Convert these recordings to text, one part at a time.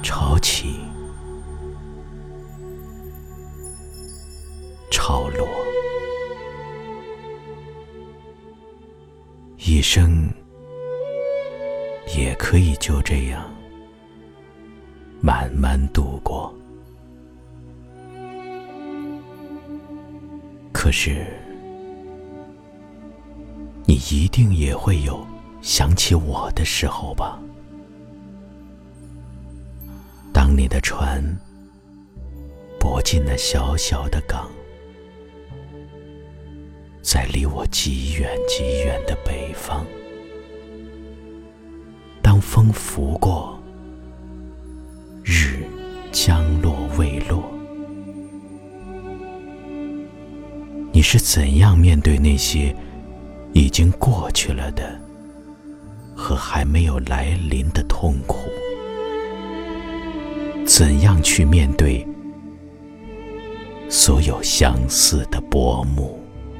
潮起潮落，一生也可以就这样慢慢度过。可是你一定也会有想起我的时候吧？当你的船泊进那小小的港，在离我极远极远的北方，当风拂过，日将落未落，你是怎样面对那些已经过去了的和还没有来临的痛苦？怎样去面对所有相似的薄暮？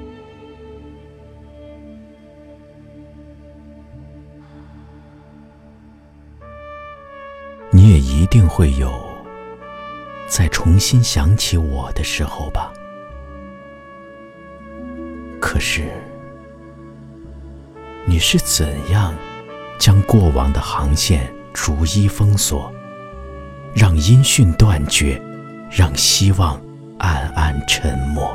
你也一定会有再重新想起我的时候吧？可是你是怎样将过往的航线逐一封锁，让音讯断绝，让希望暗暗沉默，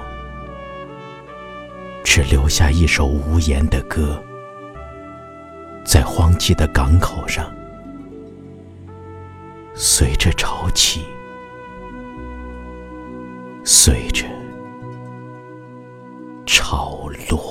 只留下一首无言的歌，在荒寂的港口上，随着潮起，随着潮落。